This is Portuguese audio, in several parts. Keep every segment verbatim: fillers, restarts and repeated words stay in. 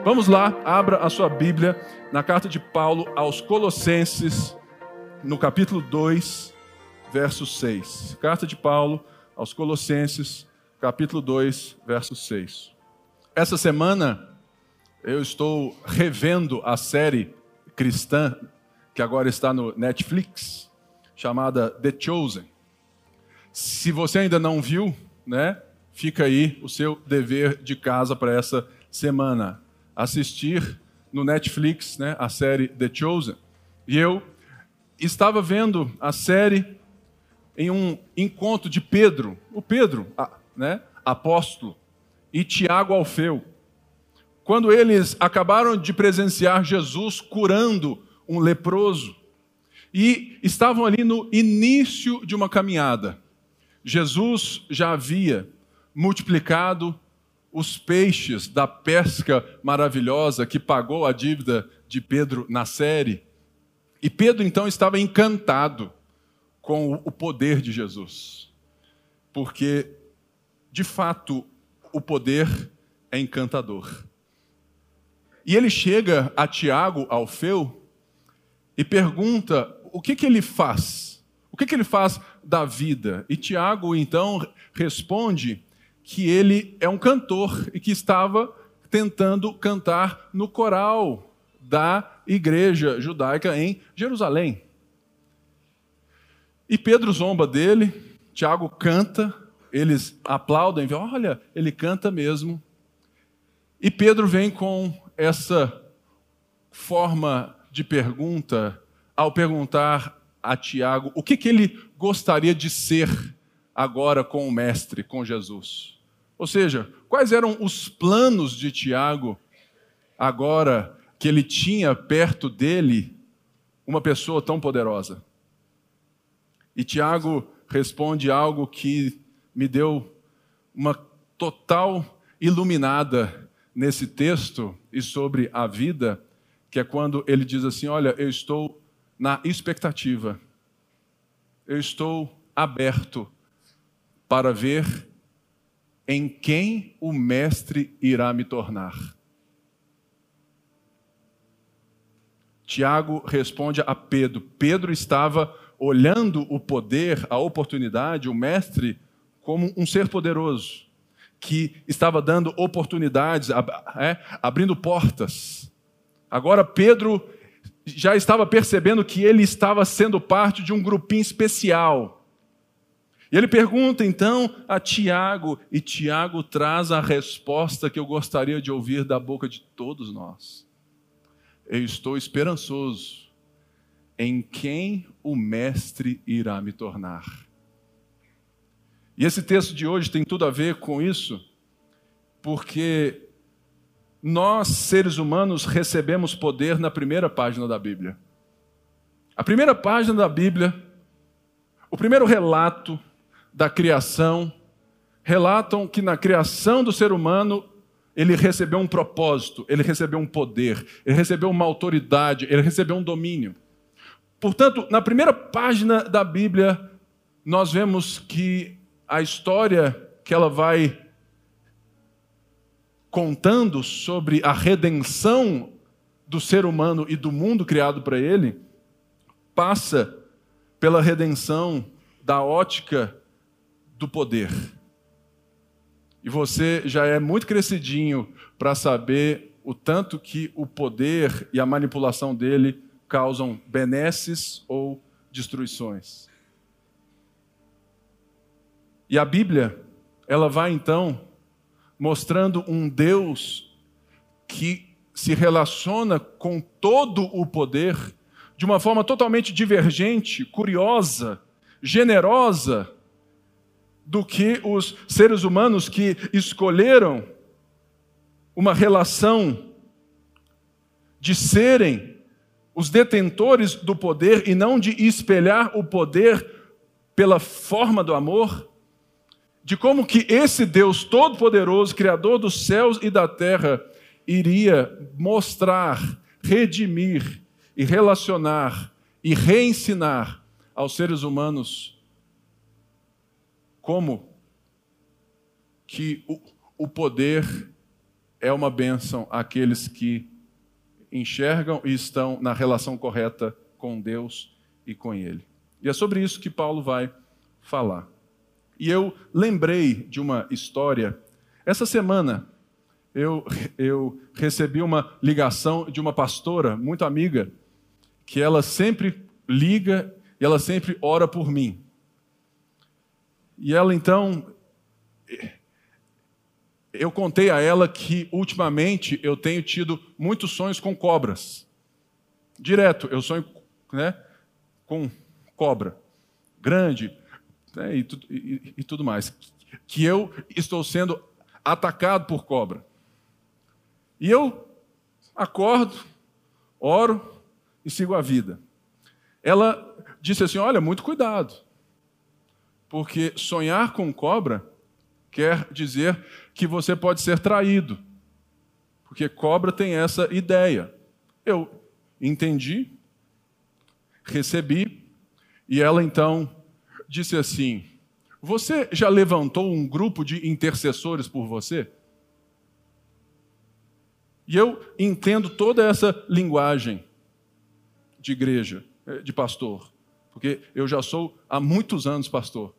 Vamos lá, abra a sua Bíblia na carta de Paulo aos Colossenses, no capítulo dois, verso seis. Carta de Paulo aos Colossenses, capítulo dois, verso seis. Essa semana eu estou revendo a série cristã que agora está no Netflix, chamada The Chosen. Se você ainda não viu, né, fica aí o seu dever de casa para essa semana. Assistir no Netflix, né, a série The Chosen. E eu estava vendo a série em um encontro de Pedro, o Pedro, né, apóstolo, e Tiago Alfeu. Quando eles acabaram de presenciar Jesus curando um leproso e estavam ali no início de uma caminhada. Jesus já havia multiplicado os peixes da pesca maravilhosa que pagou a dívida de Pedro na série. E Pedro então estava encantado com o poder de Jesus. Porque, de fato, o poder é encantador. E ele chega a Tiago Alfeu e pergunta o que, que ele faz. O que, que ele faz da vida? E Tiago então responde que ele é um cantor e que estava tentando cantar no coral da igreja judaica em Jerusalém. E Pedro zomba dele, Tiago canta, eles aplaudem, olha, ele canta mesmo. E Pedro vem com essa forma de pergunta ao perguntar a Tiago o que, que ele gostaria de ser agora com o mestre, com Jesus. Ou seja, quais eram os planos de Tiago agora que ele tinha perto dele uma pessoa tão poderosa? E Tiago responde algo que me deu uma total iluminada nesse texto e sobre a vida, que é quando ele diz assim, olha, eu estou na expectativa, eu estou aberto para ver em quem o mestre irá me tornar. Tiago responde a Pedro. Pedro estava olhando o poder, a oportunidade, o mestre, como um ser poderoso, que estava dando oportunidades, é, abrindo portas. Agora Pedro já estava percebendo que ele estava sendo parte de um grupinho especial. E ele pergunta então a Tiago, e Tiago traz a resposta que eu gostaria de ouvir da boca de todos nós. Eu estou esperançoso em quem o mestre irá me tornar. E esse texto de hoje tem tudo a ver com isso, porque nós, seres humanos, recebemos poder na primeira página da Bíblia. A primeira página da Bíblia, o primeiro relato da criação, relatam que na criação do ser humano, ele recebeu um propósito, ele recebeu um poder, ele recebeu uma autoridade, ele recebeu um domínio. Portanto, na primeira página da Bíblia, nós vemos que a história que ela vai contando sobre a redenção do ser humano e do mundo criado para ele, passa pela redenção da ótica do poder. E você já é muito crescidinho para saber o tanto que o poder e a manipulação dele causam benesses ou destruições. E a Bíblia, ela vai então mostrando um Deus que se relaciona com todo o poder de uma forma totalmente divergente, curiosa, generosa, do que os seres humanos que escolheram uma relação de serem os detentores do poder e não de espelhar o poder pela forma do amor, de como que esse Deus todo-poderoso, Criador dos céus e da terra, iria mostrar, redimir e relacionar e reensinar aos seres humanos como que o, o poder é uma bênção àqueles que enxergam e estão na relação correta com Deus e com Ele. E é sobre isso que Paulo vai falar. E eu lembrei de uma história. Essa semana eu, eu recebi uma ligação de uma pastora muito amiga, que ela sempre liga e ela sempre ora por mim. E ela então, eu contei a ela que ultimamente eu tenho tido muitos sonhos com cobras. Direto, eu sonho, né, com cobra grande, né, e, e, e tudo mais. Que eu estou sendo atacado por cobra. E eu acordo, oro e sigo a vida. Ela disse assim, olha, muito cuidado, porque sonhar com cobra quer dizer que você pode ser traído, porque cobra tem essa ideia. Eu entendi, recebi, e ela então disse assim, você já levantou um grupo de intercessores por você? E eu entendo toda essa linguagem de igreja, de pastor, porque eu já sou há muitos anos pastor.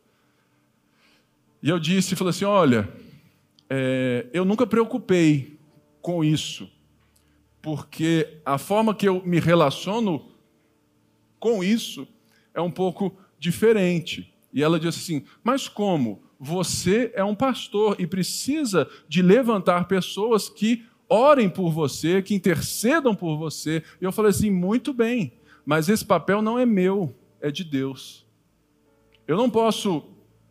E eu disse, falei assim, olha, é, eu nunca preocupei com isso, porque a forma que eu me relaciono com isso é um pouco diferente. E ela disse assim, mas como? Você é um pastor e precisa de levantar pessoas que orem por você, que intercedam por você. E eu falei assim, muito bem, mas esse papel não é meu, é de Deus. Eu não posso...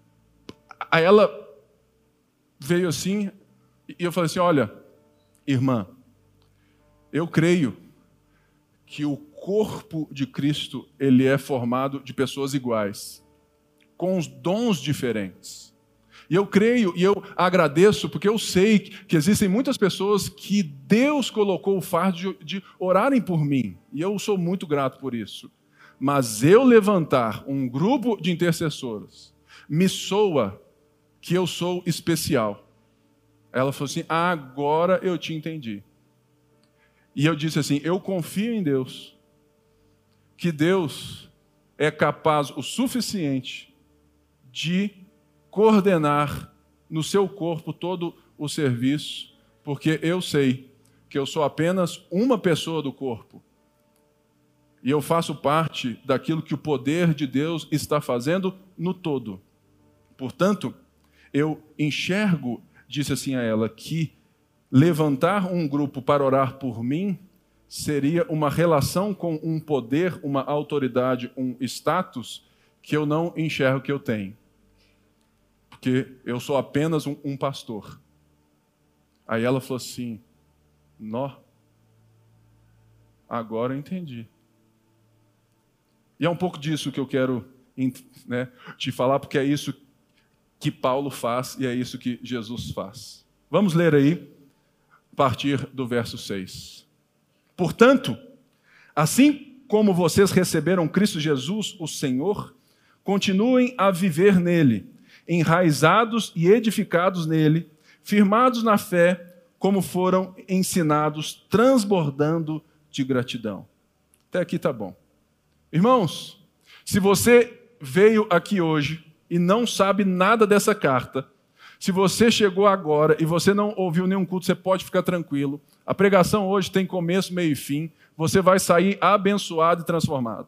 Aí ela veio assim, e eu falei assim, olha, irmã, eu creio que o corpo de Cristo, ele é formado de pessoas iguais, com os dons diferentes. E eu creio e eu agradeço, porque eu sei que existem muitas pessoas que Deus colocou o fardo de, de orarem por mim. E eu sou muito grato por isso. Mas eu levantar um grupo de intercessores, me soa que eu sou especial. Ela falou assim, agora eu te entendi. E eu disse assim, eu confio em Deus, que Deus é capaz o suficiente de coordenar no seu corpo todo o serviço, porque eu sei que eu sou apenas uma pessoa do corpo. E eu faço parte daquilo que o poder de Deus está fazendo no todo. Portanto, eu enxergo, disse assim a ela, que levantar um grupo para orar por mim seria uma relação com um poder, uma autoridade, um status que eu não enxergo que eu tenho. Porque eu sou apenas um, um pastor. Aí ela falou assim, nó, agora eu entendi. E é um pouco disso que eu quero, né, te falar, porque é isso que Paulo faz e é isso que Jesus faz. Vamos ler aí, a partir do verso seis. Portanto, assim como vocês receberam Cristo Jesus, o Senhor, continuem a viver nele, enraizados e edificados nele, firmados na fé, como foram ensinados, transbordando de gratidão. Até aqui tá bom. Irmãos, se você veio aqui hoje e não sabe nada dessa carta, se você chegou agora e você não ouviu nenhum culto, você pode ficar tranquilo. A pregação hoje tem começo, meio e fim. Você vai sair abençoado e transformado.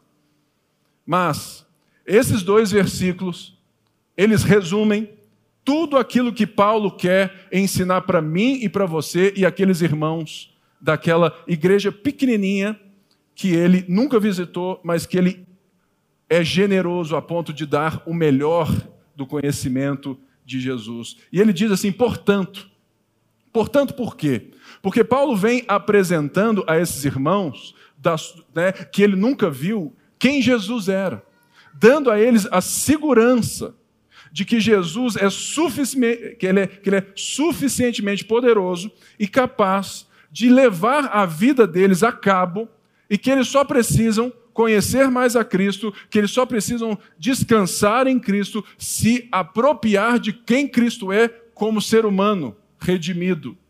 Mas esses dois versículos, eles resumem tudo aquilo que Paulo quer ensinar para mim e para você e aqueles irmãos daquela igreja pequenininha que ele nunca visitou, mas que ele é generoso a ponto de dar o melhor do conhecimento de Jesus. E ele diz assim, portanto, portanto por quê? Porque Paulo vem apresentando a esses irmãos, das, né, que ele nunca viu, quem Jesus era, dando a eles a segurança de que Jesus é, sufici- que ele é, que ele é suficientemente poderoso e capaz de levar a vida deles a cabo e que eles só precisam conhecer mais a Cristo, que eles só precisam descansar em Cristo, se apropriar de quem Cristo é como ser humano redimido.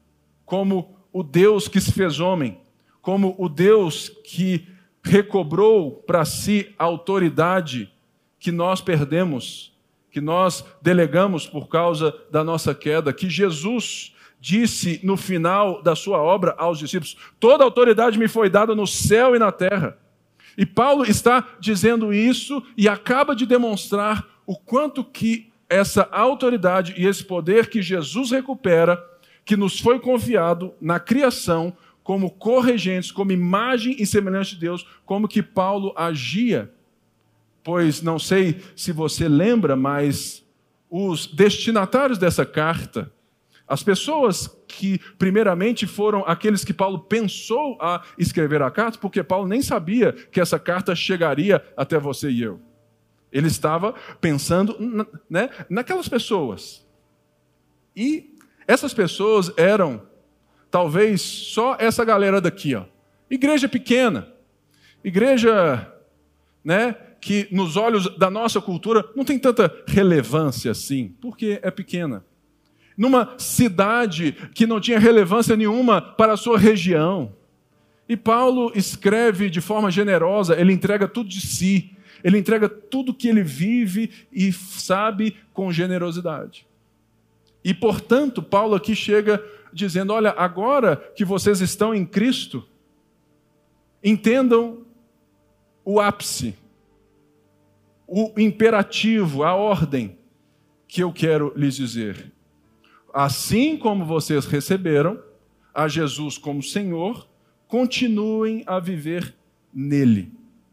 como o Deus que se fez homem, como o Deus que recobrou para si a autoridade que nós perdemos, que nós delegamos por causa da nossa queda, que Jesus disse no final da sua obra aos discípulos: toda autoridade me foi dada no céu e na terra. E Paulo está dizendo isso e acaba de demonstrar o quanto que essa autoridade e esse poder que Jesus recupera, que nos foi confiado na criação, como corregentes, como imagem e semelhança de Deus, como que Paulo agia. Pois não sei se você lembra, mas os destinatários dessa carta, as pessoas que primeiramente foram aqueles que Paulo pensou a escrever a carta, porque Paulo nem sabia que essa carta chegaria até você e eu. Ele estava pensando, né, naquelas pessoas. E essas pessoas eram, talvez, só essa galera daqui, ó. Igreja pequena. Igreja, né, que nos olhos da nossa cultura não tem tanta relevância assim, porque é pequena. Numa cidade que não tinha relevância nenhuma para a sua região. E Paulo escreve de forma generosa, ele entrega tudo de si, ele entrega tudo que ele vive e sabe com generosidade. E, portanto, Paulo aqui chega dizendo: olha, agora que vocês estão em Cristo, entendam o ápice, o imperativo, a ordem que eu quero lhes dizer. Assim como vocês receberam a Jesus como Senhor, continuem a viver nele.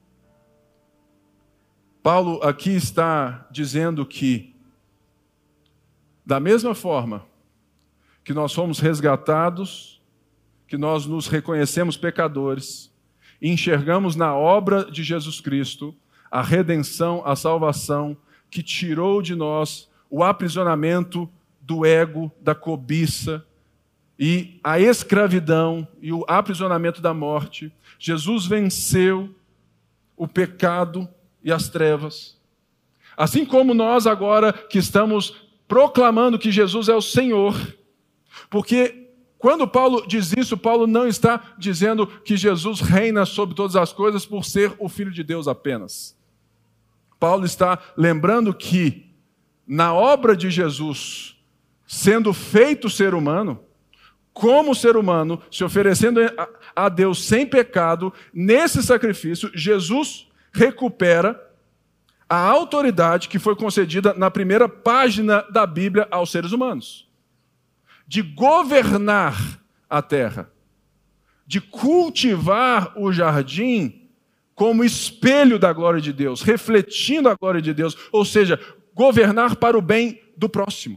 Paulo aqui está dizendo que, da mesma forma que nós fomos resgatados, que nós nos reconhecemos pecadores, e enxergamos na obra de Jesus Cristo a redenção, a salvação, que tirou de nós o aprisionamento do ego, da cobiça, e a escravidão e o aprisionamento da morte. Jesus venceu o pecado e as trevas. Assim como nós agora que estamos proclamando que Jesus é o Senhor, porque quando Paulo diz isso, Paulo não está dizendo que Jesus reina sobre todas as coisas por ser o Filho de Deus apenas. Paulo está lembrando que na obra de Jesus, sendo feito ser humano, como ser humano, se oferecendo a Deus sem pecado, nesse sacrifício, Jesus recupera a autoridade que foi concedida na primeira página da Bíblia aos seres humanos, de governar a terra, de cultivar o jardim como espelho da glória de Deus, refletindo a glória de Deus, ou seja, governar para o bem do próximo.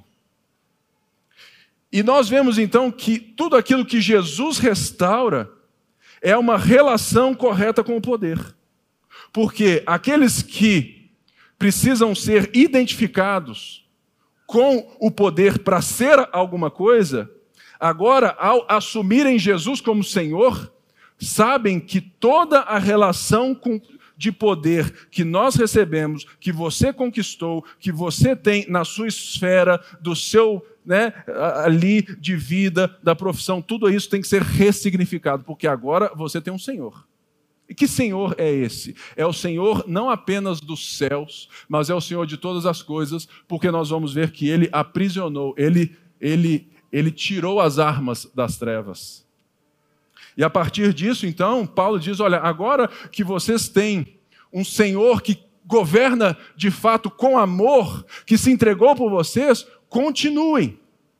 E nós vemos então que tudo aquilo que Jesus restaura é uma relação correta com o poder. Porque aqueles que precisam ser identificados com o poder para ser alguma coisa, agora, ao assumirem Jesus como Senhor, sabem que toda a relação com, de poder que nós recebemos, que você conquistou, que você tem na sua esfera, do seu, né, ali de vida, da profissão, tudo isso tem que ser ressignificado, porque agora você tem um Senhor. E que Senhor é esse? É o Senhor não apenas dos céus, mas é o Senhor de todas as coisas, porque nós vamos ver que Ele aprisionou, Ele, ele, ele tirou as armas das trevas. E a partir disso, então, Paulo diz, olha, agora que vocês têm um Senhor que governa de fato com amor, que se entregou por vocês, continuem.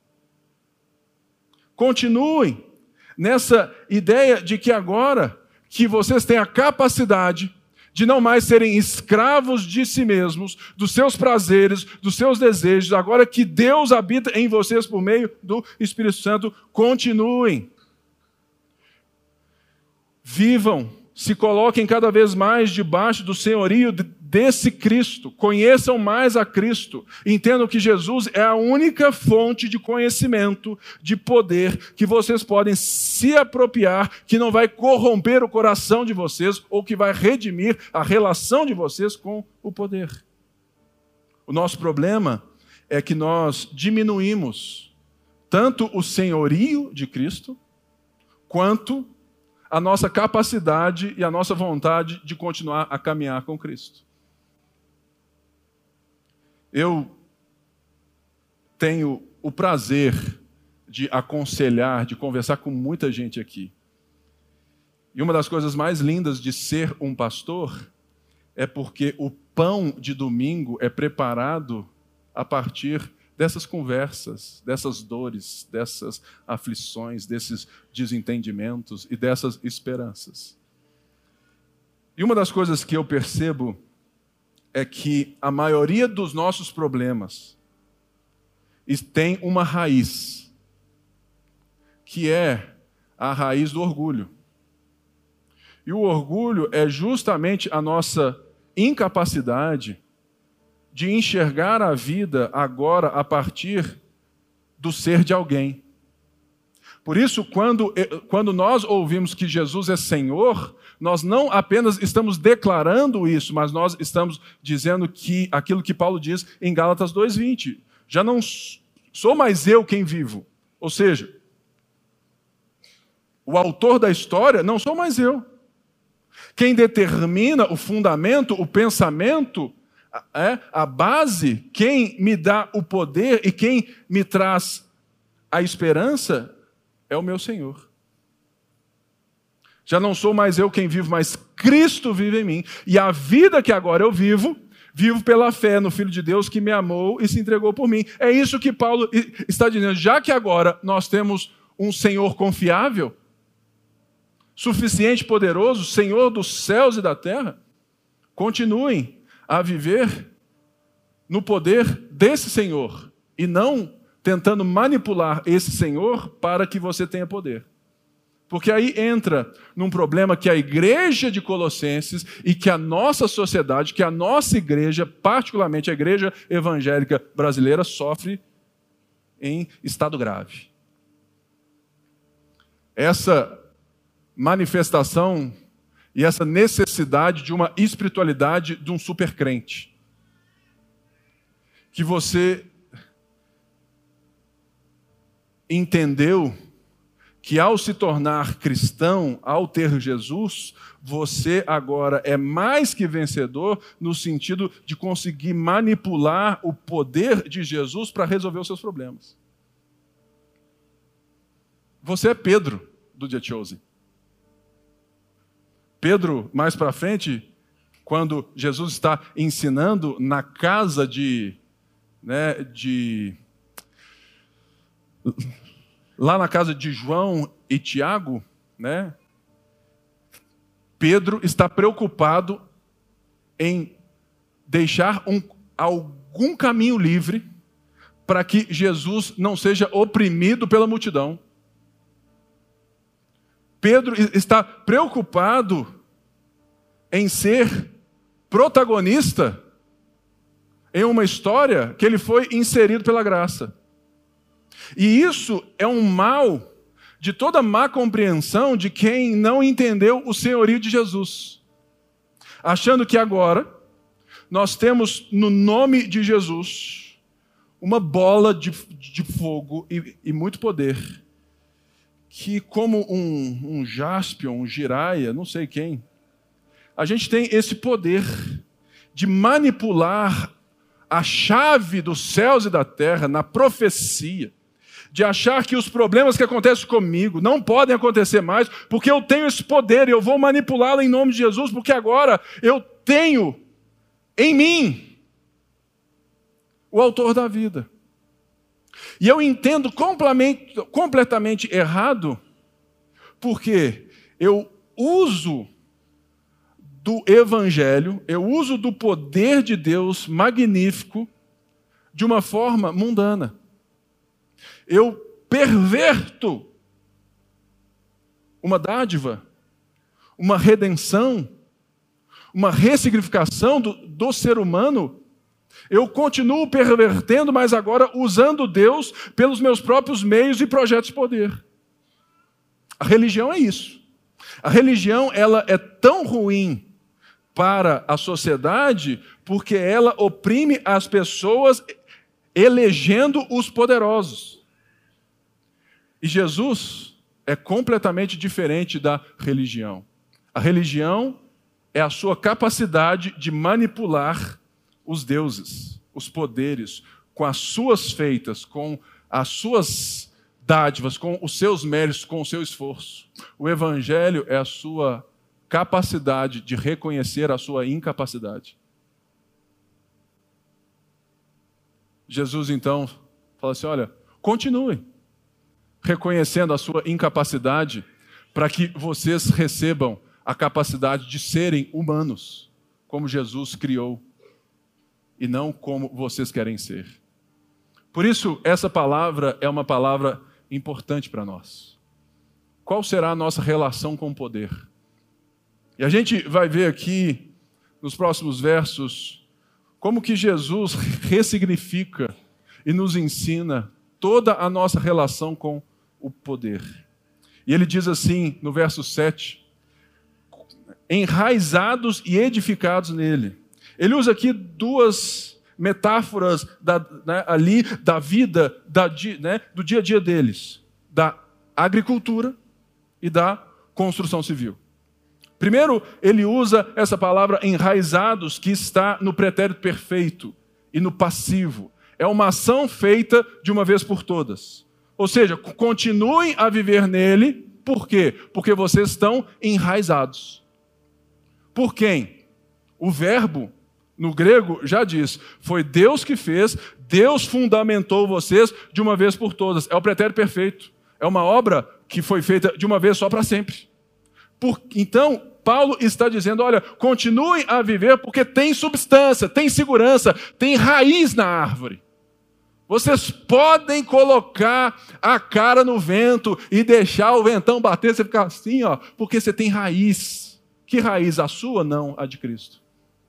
Continuem nessa ideia de que agora que vocês têm a capacidade de não mais serem escravos de si mesmos, dos seus prazeres, dos seus desejos, agora que Deus habita em vocês por meio do Espírito Santo, continuem. Vivam, se coloquem cada vez mais debaixo do senhorio desse Cristo, conheçam mais a Cristo, entendam que Jesus é a única fonte de conhecimento, de poder, que vocês podem se apropriar, que não vai corromper o coração de vocês, ou que vai redimir a relação de vocês com o poder. O nosso problema é que nós diminuímos tanto o senhorio de Cristo, quanto a nossa capacidade e a nossa vontade de continuar a caminhar com Cristo. Eu tenho o prazer de aconselhar, de conversar com muita gente aqui. E uma das coisas mais lindas de ser um pastor é porque o pão de domingo é preparado a partir dessas conversas, dessas dores, dessas aflições, desses desentendimentos e dessas esperanças. E uma das coisas que eu percebo é que a maioria dos nossos problemas tem uma raiz, que é a raiz do orgulho. E o orgulho é justamente a nossa incapacidade de enxergar a vida agora a partir do ser de alguém. Por isso, quando, quando nós ouvimos que Jesus é Senhor, nós não apenas estamos declarando isso, mas nós estamos dizendo que aquilo que Paulo diz em Gálatas dois, vinte. Já não sou mais eu quem vivo. Ou seja, o autor da história não sou mais eu. Quem determina o fundamento, o pensamento, é a base, quem me dá o poder e quem me traz a esperança é o meu Senhor. Já não sou mais eu quem vivo, mas Cristo vive em mim. E a vida que agora eu vivo, vivo pela fé no Filho de Deus que me amou e se entregou por mim. É isso que Paulo está dizendo. Já que agora nós temos um Senhor confiável, suficiente, poderoso, Senhor dos céus e da terra, continuem a viver no poder desse Senhor e não tentando manipular esse Senhor para que você tenha poder. Porque aí entra num problema que a igreja de Colossenses e que a nossa sociedade, que a nossa igreja, particularmente a igreja evangélica brasileira, sofre em estado grave. Essa manifestação e essa necessidade de uma espiritualidade de um supercrente. Que você entendeu que ao se tornar cristão, ao ter Jesus, você agora é mais que vencedor no sentido de conseguir manipular o poder de Jesus para resolver os seus problemas. Você é Pedro do The Chosen. Pedro, mais para frente, quando Jesus está ensinando na casa de, né, de... lá na casa de João e Tiago, né, Pedro está preocupado em deixar um, algum caminho livre para que Jesus não seja oprimido pela multidão. Pedro está preocupado em ser protagonista em uma história que ele foi inserido pela graça. E isso é um mal de toda má compreensão de quem não entendeu o senhorio de Jesus. Achando que agora nós temos no nome de Jesus uma bola de, de fogo e, e muito poder, que como um, um Jaspion, um Jiraya, não sei quem, a gente tem esse poder de manipular a chave dos céus e da terra na profecia, de achar que os problemas que acontecem comigo não podem acontecer mais, porque eu tenho esse poder e eu vou manipulá-lo em nome de Jesus, porque agora eu tenho em mim o autor da vida. E eu entendo completamente, completamente errado, porque eu uso do Evangelho, eu uso do poder de Deus magnífico de uma forma mundana. Eu perverto uma dádiva, uma redenção, uma ressignificação do, do ser humano. Eu continuo pervertendo, mas agora usando Deus pelos meus próprios meios e projetos de poder. A religião é isso. A religião ela é tão ruim para a sociedade porque ela oprime as pessoas elegendo os poderosos. E Jesus é completamente diferente da religião. A religião é a sua capacidade de manipular os deuses, os poderes, com as suas feitas, com as suas dádivas, com os seus méritos, com o seu esforço. O Evangelho é a sua capacidade de reconhecer a sua incapacidade. Jesus, então, fala assim, olha, continue reconhecendo a sua incapacidade para que vocês recebam a capacidade de serem humanos, como Jesus criou, e não como vocês querem ser. Por isso, essa palavra é uma palavra importante para nós. Qual será a nossa relação com o poder? E a gente vai ver aqui, nos próximos versos, como que Jesus ressignifica e nos ensina toda a nossa relação com o poder. E ele diz assim, no verso sete, enraizados e edificados nele. Ele usa aqui duas metáforas da, né, ali da vida, da, né, do dia a dia deles, da agricultura e da construção civil. Primeiro, ele usa essa palavra enraizados, que está no pretérito perfeito e no passivo. É uma ação feita de uma vez por todas. Ou seja, continuem a viver nele. Por quê? Porque vocês estão enraizados. Por quem? O verbo, no grego, já diz, foi Deus que fez, Deus fundamentou vocês de uma vez por todas. É o pretérito perfeito. É uma obra que foi feita de uma vez só para sempre. Por, então, Paulo está dizendo, olha, continuem a viver porque tem substância, tem segurança, tem raiz na árvore. Vocês podem colocar a cara no vento e deixar o ventão bater, você ficar assim, ó, porque você tem raiz. Que raiz? A sua? Não, a de Cristo.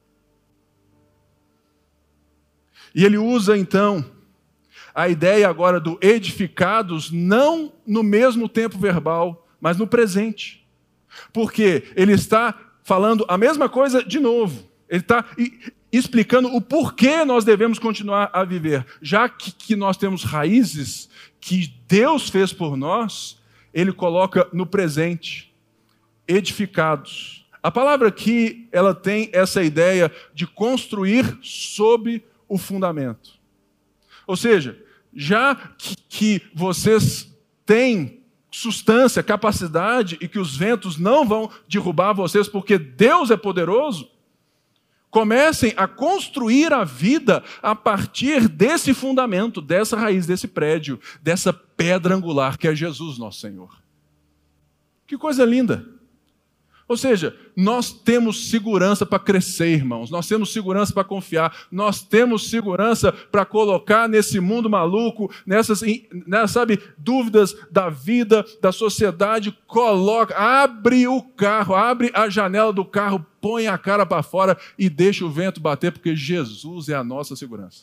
E ele usa, então, a ideia agora do edificados, não no mesmo tempo verbal, mas no presente. Porque ele está falando a mesma coisa de novo. Ele está explicando o porquê nós devemos continuar a viver. Já que, que nós temos raízes que Deus fez por nós, ele coloca no presente, edificados. A palavra aqui, ela tem essa ideia de construir sob o fundamento. Ou seja, já que, que vocês têm substância, capacidade e que os ventos não vão derrubar vocês porque Deus é poderoso, comecem a construir a vida a partir desse fundamento, dessa raiz, desse prédio, dessa pedra angular que é Jesus, nosso Senhor. Que coisa linda! Ou seja, nós temos segurança para crescer, irmãos. Nós temos segurança para confiar. Nós temos segurança para colocar nesse mundo maluco, nessas, nessas, sabe, dúvidas da vida, da sociedade. Coloca, abre o carro, abre a janela do carro, põe a cara para fora e deixa o vento bater, porque Jesus é a nossa segurança.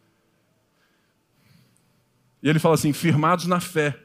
E ele fala assim, firmados na fé.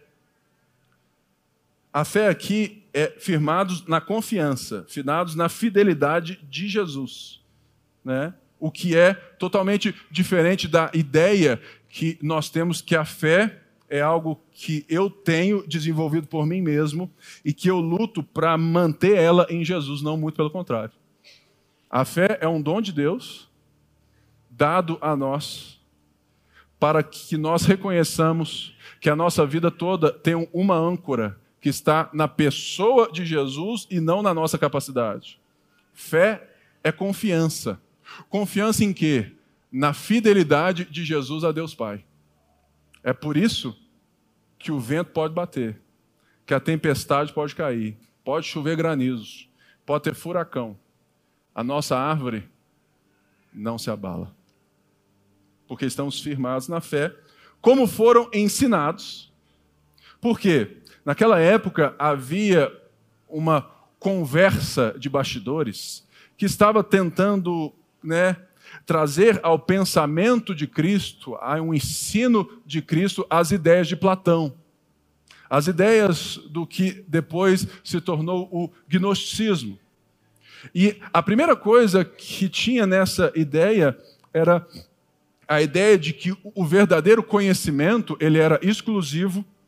A fé aqui é firmados na confiança, firmados na fidelidade de Jesus, né? O que é totalmente diferente da ideia que nós temos que a fé é algo que eu tenho desenvolvido por mim mesmo e que eu luto para manter ela em Jesus, não muito pelo contrário. A fé é um dom de Deus dado a nós para que nós reconheçamos que a nossa vida toda tem uma âncora que está na pessoa de Jesus e não na nossa capacidade. Fé é confiança. Confiança em quê? Na fidelidade de Jesus a Deus Pai. É por isso que o vento pode bater, que a tempestade pode cair, pode chover granizos, pode ter furacão. A nossa árvore não se abala. Porque estamos firmados na fé, como foram ensinados. Por quê? Naquela época havia uma conversa de bastidores que estava tentando, né, trazer ao pensamento de Cristo, a um ensino de Cristo, as ideias de Platão. As ideias do que depois se tornou o gnosticismo. E a primeira coisa que tinha nessa ideia era a ideia de que o verdadeiro conhecimento ele era exclusivo,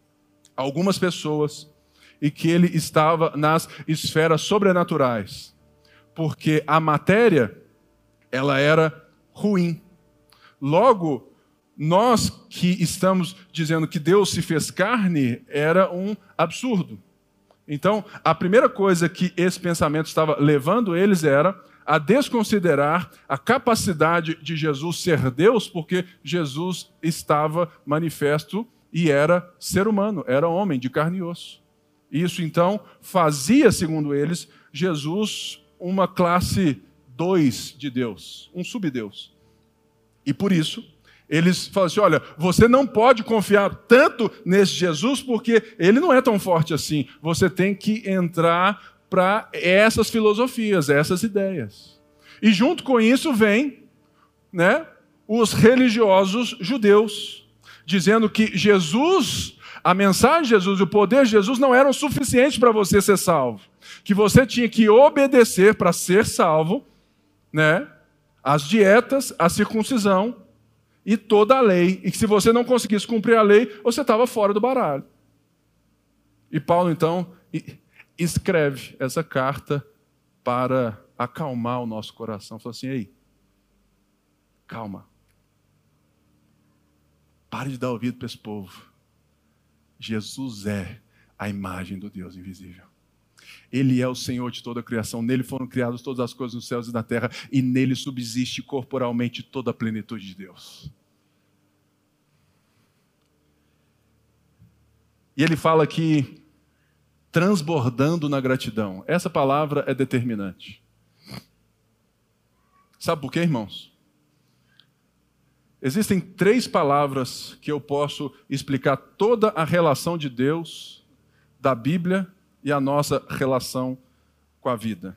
algumas pessoas e que ele estava nas esferas sobrenaturais, porque a matéria, ela era ruim. Logo, nós que estamos dizendo que Deus se fez carne, era um absurdo. Então, a primeira coisa que esse pensamento estava levando eles era a desconsiderar a capacidade de Jesus ser Deus, porque Jesus estava manifesto e era ser humano, era homem de carne e osso. Isso, então, fazia, segundo eles, Jesus uma classe dois de Deus, um subdeus. E por isso, eles falam assim, olha, você não pode confiar tanto nesse Jesus, porque ele não é tão forte assim. Você tem que entrar para essas filosofias, essas ideias. E junto com isso vem, né, os religiosos judeus, dizendo que Jesus, a mensagem de Jesus e o poder de Jesus não eram suficientes para você ser salvo. Que você tinha que obedecer para ser salvo, né, as dietas, a circuncisão e toda a lei. E que se você não conseguisse cumprir a lei, você estava fora do baralho. E Paulo, então, escreve essa carta para acalmar o nosso coração. Falou assim, ei, calma. Pare de dar ouvido para esse povo. Jesus é a imagem do Deus invisível. Ele é o Senhor de toda a criação. Nele foram criadas todas as coisas nos céus e na terra. E nele subsiste corporalmente toda a plenitude de Deus. E ele fala aqui, transbordando na gratidão. Essa palavra é determinante. Sabe por quê, irmãos? Existem três palavras que eu posso explicar toda a relação de Deus, da Bíblia e a nossa relação com a vida.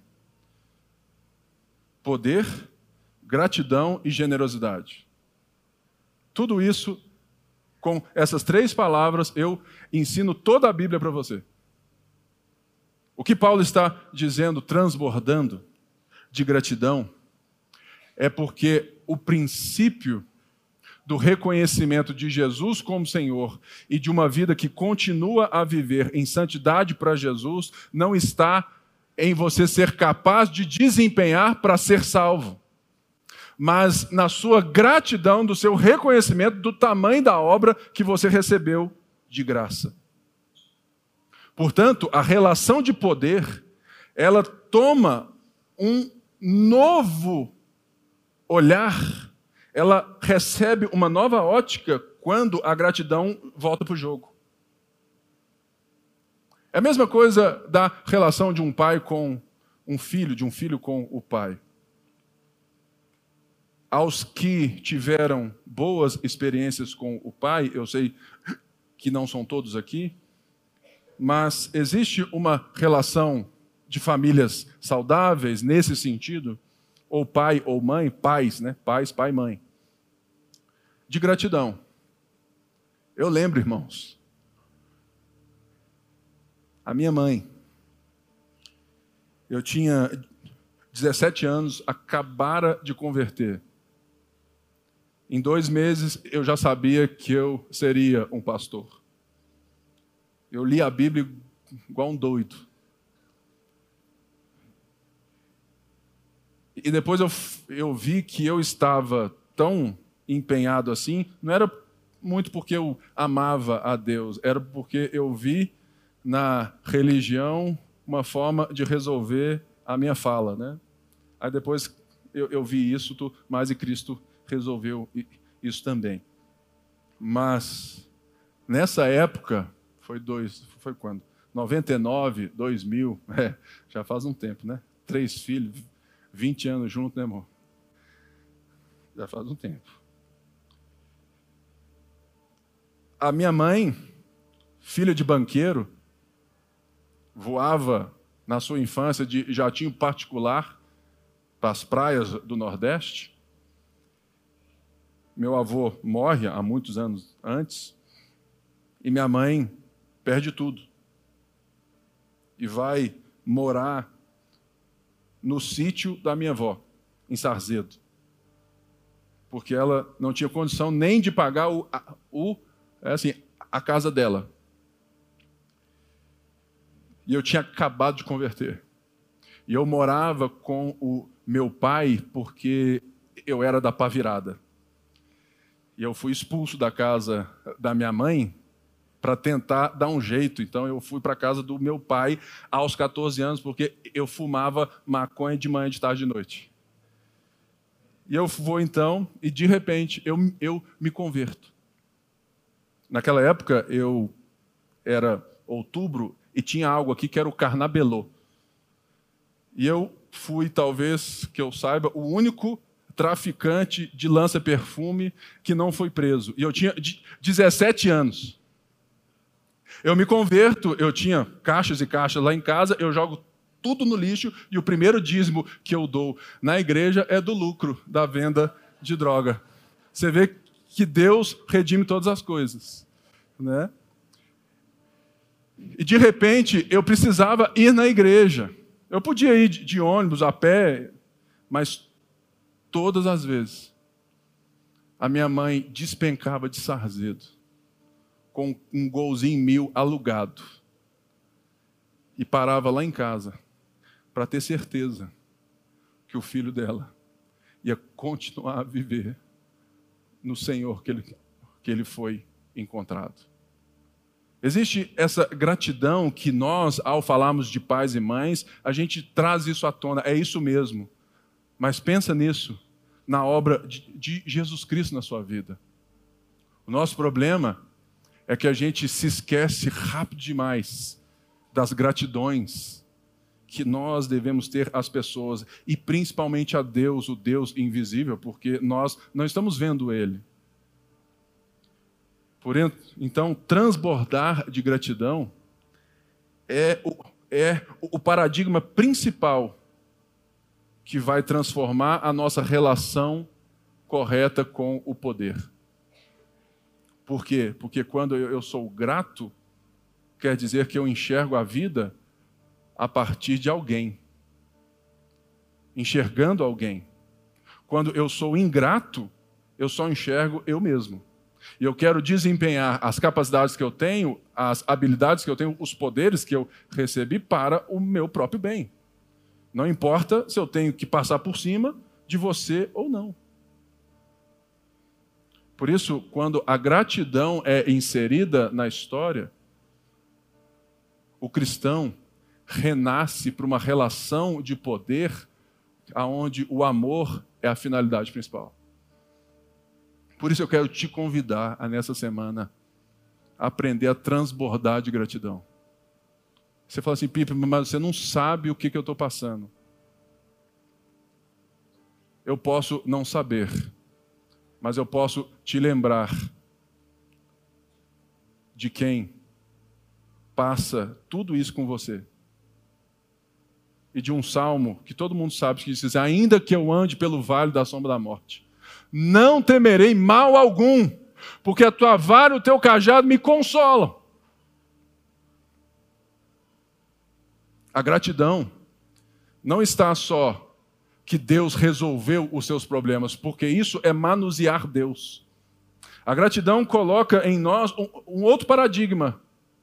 Poder, gratidão e generosidade. Tudo isso, com essas três palavras, eu ensino toda a Bíblia para você. O que Paulo está dizendo, transbordando de gratidão, é porque o princípio do reconhecimento de Jesus como Senhor e de uma vida que continua a viver em santidade para Jesus, não está em você ser capaz de desempenhar para ser salvo, mas na sua gratidão, do seu reconhecimento do tamanho da obra que você recebeu de graça. Portanto, a relação de poder, ela toma um novo olhar, ela recebe uma nova ótica quando a gratidão volta para o jogo. É a mesma coisa da relação de um pai com um filho, de um filho com o pai. Aos que tiveram boas experiências com o pai, eu sei que não são todos aqui, mas existe uma relação de famílias saudáveis nesse sentido, ou pai ou mãe, pais, né? Pais, pai e mãe, de gratidão. Eu lembro, irmãos, a minha mãe, eu tinha dezessete anos, acabara de converter. Em dois meses, eu já sabia que eu seria um pastor. Eu li a Bíblia igual um doido. E depois eu, eu vi que eu estava tão empenhado assim, não era muito porque eu amava a Deus, era porque eu vi na religião uma forma de resolver a minha fala, né? Aí depois eu, eu vi isso, mas e Cristo resolveu isso também. Mas nessa época, foi dois, foi quando? noventa e nove, dois mil, é, já faz um tempo, né? Três filhos, vinte anos juntos, né, amor? Já faz um tempo. A minha mãe, filha de banqueiro, voava na sua infância de jatinho particular para as praias do Nordeste. Meu avô morre há muitos anos antes e minha mãe perde tudo e vai morar no sítio da minha avó, em Sarzedo, porque ela não tinha condição nem de pagar o, a, o, é assim, a casa dela. E eu tinha acabado de converter. E eu morava com o meu pai porque eu era da pá virada. E eu fui expulso da casa da minha mãe para tentar dar um jeito. Então eu fui para a casa do meu pai aos catorze anos porque eu fumava maconha de manhã, de tarde e de noite. E eu vou então, e de repente eu, eu me converto. Naquela época eu era outubro e tinha algo aqui que era o carnabelô. E eu fui, talvez, que eu saiba, o único traficante de lança-perfume que não foi preso. E eu tinha dezessete anos. Eu me converto, eu tinha caixas e caixas lá em casa, eu jogo tudo no lixo e o primeiro dízimo que eu dou na igreja é do lucro da venda de droga. Você vê que Deus redime todas as coisas, né? E de repente eu precisava ir na igreja. Eu podia ir de ônibus, a pé, mas todas as vezes a minha mãe despencava de Sarzedo com um golzinho mil alugado e parava lá em casa para ter certeza que o filho dela ia continuar a viver no Senhor que ele, que ele foi encontrado. Existe essa gratidão que nós, ao falarmos de pais e mães, a gente traz isso à tona, é isso mesmo. Mas pensa nisso, na obra de, de Jesus Cristo na sua vida. O nosso problema é que a gente se esquece rápido demais das gratidões que nós devemos ter às pessoas, e principalmente a Deus, o Deus invisível, porque nós não estamos vendo Ele. Por então, transbordar de gratidão é o, é o paradigma principal que vai transformar a nossa relação correta com o poder. Por quê? Porque quando eu sou grato, quer dizer que eu enxergo a vida a partir de alguém. Enxergando alguém. Quando eu sou ingrato, eu só enxergo eu mesmo. E eu quero desempenhar as capacidades que eu tenho, as habilidades que eu tenho, os poderes que eu recebi para o meu próprio bem. Não importa se eu tenho que passar por cima de você ou não. Por isso, quando a gratidão é inserida na história, o cristão renasce para uma relação de poder onde o amor é a finalidade principal. Por isso eu quero te convidar a, nessa semana, a aprender a transbordar de gratidão. Você fala assim, Pipe, mas você não sabe o que, que eu estou passando. Eu posso não saber, mas eu posso te lembrar de quem passa tudo isso com você. E de um salmo que todo mundo sabe que diz, ainda que eu ande pelo vale da sombra da morte, não temerei mal algum, porque a tua vara e o teu cajado me consolam. A gratidão não está só que Deus resolveu os seus problemas, porque isso é manusear Deus. A gratidão coloca em nós um, um outro paradigma,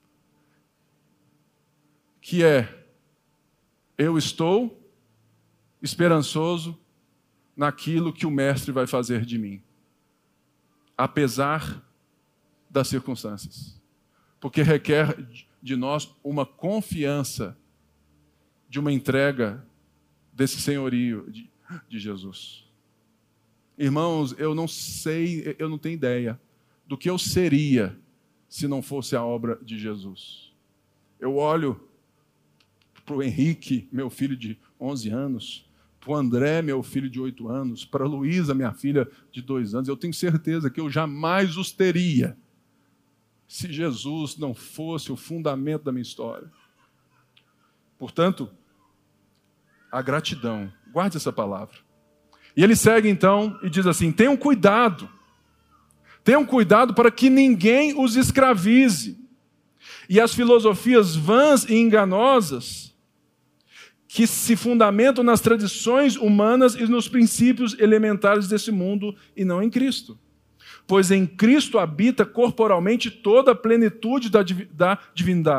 que é, eu estou esperançoso naquilo que o Mestre vai fazer de mim, apesar das circunstâncias. Porque requer de nós uma confiança de uma entrega desse senhorio de, de Jesus. Irmãos, eu não sei, eu não tenho ideia do que eu seria se não fosse a obra de Jesus. Eu olho para o Henrique, meu filho de onze anos, para o André, meu filho de oito anos, para a Luísa, minha filha de dois anos, eu tenho certeza que eu jamais os teria se Jesus não fosse o fundamento da minha história. Portanto, a gratidão, guarde essa palavra. E ele segue então e diz assim, tenham cuidado, tenham cuidado para que ninguém os escravize. E as filosofias vãs e enganosas que se fundamentam nas tradições humanas e nos princípios elementares desse mundo e não em Cristo. Pois em Cristo habita corporalmente toda a plenitude da divindade.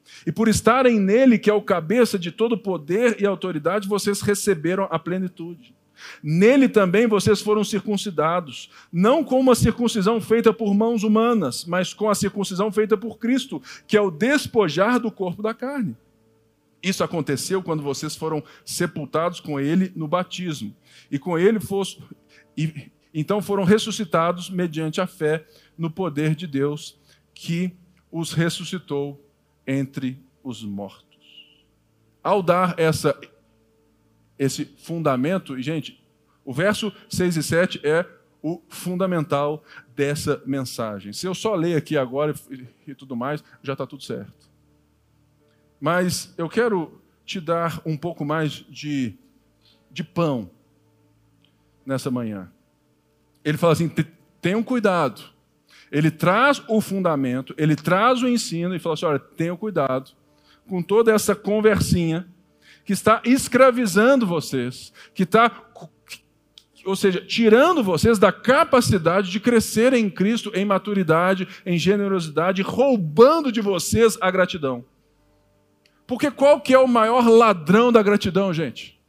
E por estarem nele, que é o cabeça de todo poder e autoridade, vocês receberam a plenitude. Nele também vocês foram circuncidados, não com uma circuncisão feita por mãos humanas, mas com a circuncisão feita por Cristo, que é o despojar do corpo da carne. Isso aconteceu quando vocês foram sepultados com ele no batismo. E com ele fosse, e, então foram ressuscitados mediante a fé no poder de Deus, que os ressuscitou entre os mortos. Ao dar essa, esse fundamento, e gente, o verso seis e sete é o fundamental dessa mensagem. Se eu só ler aqui agora e, e tudo mais, já está tudo certo. Mas eu quero te dar um pouco mais de, de pão nessa manhã. Ele fala assim, tenham cuidado. Ele traz o fundamento, ele traz o ensino e fala assim, olha, tenham cuidado com toda essa conversinha que está escravizando vocês, que está, ou seja, tirando vocês da capacidade de crescer em Cristo, em maturidade, em generosidade, roubando de vocês a gratidão. Porque qual que é o maior ladrão da gratidão, gente?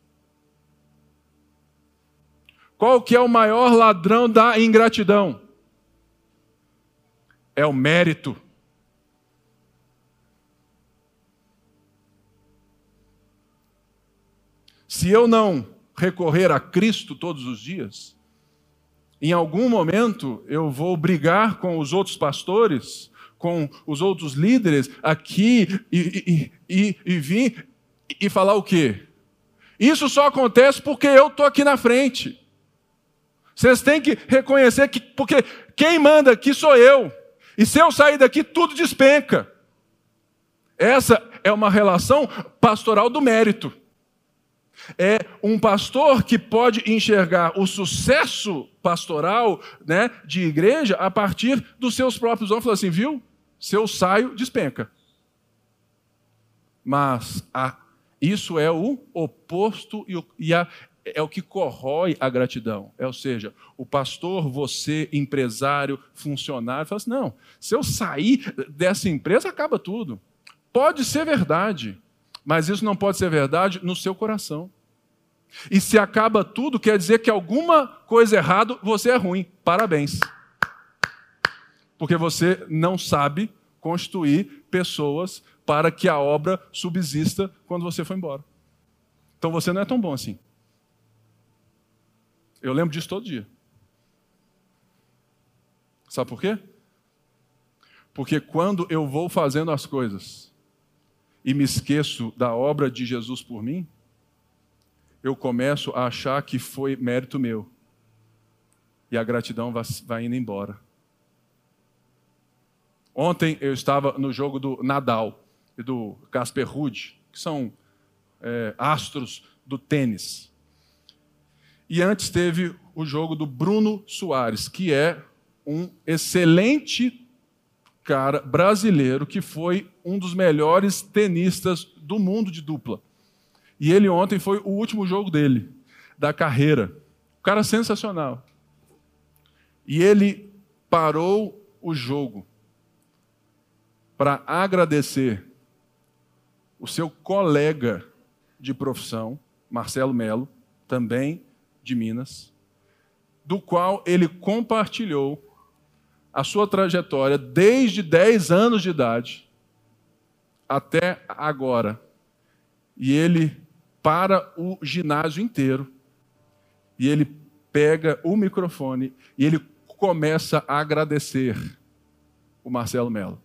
Qual que é o maior ladrão da ingratidão? É o mérito. Se eu não recorrer a Cristo todos os dias, em algum momento eu vou brigar com os outros pastores, com os outros líderes aqui e, e, e, e vir e falar o quê? Isso só acontece porque eu estou aqui na frente. Vocês têm que reconhecer que, porque quem manda aqui sou eu. E se eu sair daqui, tudo despenca. Essa é uma relação pastoral do mérito. É um pastor que pode enxergar o sucesso pastoral, né, de igreja a partir dos seus próprios olhos. Falar assim, viu? Se eu saio, despenca. Mas a, isso é o oposto e, o, e a, é o que corrói a gratidão. É, ou seja, o pastor, você, empresário, funcionário, fala assim, não, se eu sair dessa empresa, acaba tudo. Pode ser verdade, mas isso não pode ser verdade no seu coração. E se acaba tudo, quer dizer que alguma coisa errada, você é ruim. Parabéns. Porque você não sabe constituir pessoas para que a obra subsista quando você for embora. Então você não é tão bom assim. Eu lembro disso todo dia. Sabe por quê? Porque quando eu vou fazendo as coisas e me esqueço da obra de Jesus por mim, eu começo a achar que foi mérito meu. E a gratidão vai, vai indo embora. Ontem eu estava no jogo do Nadal e do Casper Ruud, que são é, astros do tênis. E antes teve o jogo do Bruno Soares, que é um excelente cara brasileiro, que foi um dos melhores tenistas do mundo de dupla. E ele ontem foi o último jogo dele, da carreira. Um cara sensacional. E ele parou o jogo para agradecer o seu colega de profissão, Marcelo Melo, também de Minas, do qual ele compartilhou a sua trajetória desde dez anos de idade até agora. E ele para o ginásio inteiro e ele pega o microfone e ele começa a agradecer o Marcelo Melo.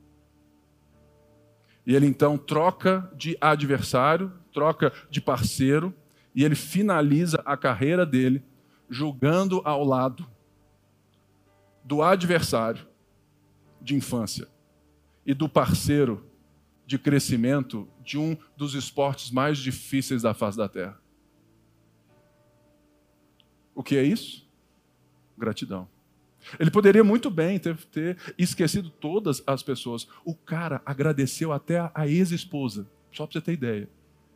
E ele então troca de adversário, troca de parceiro, e ele finaliza a carreira dele jogando ao lado do adversário de infância e do parceiro de crescimento de um dos esportes mais difíceis da face da Terra. O que é isso? Gratidão. Ele poderia muito bem ter, ter esquecido todas as pessoas. O cara agradeceu até a, a ex-esposa, só para você ter ideia.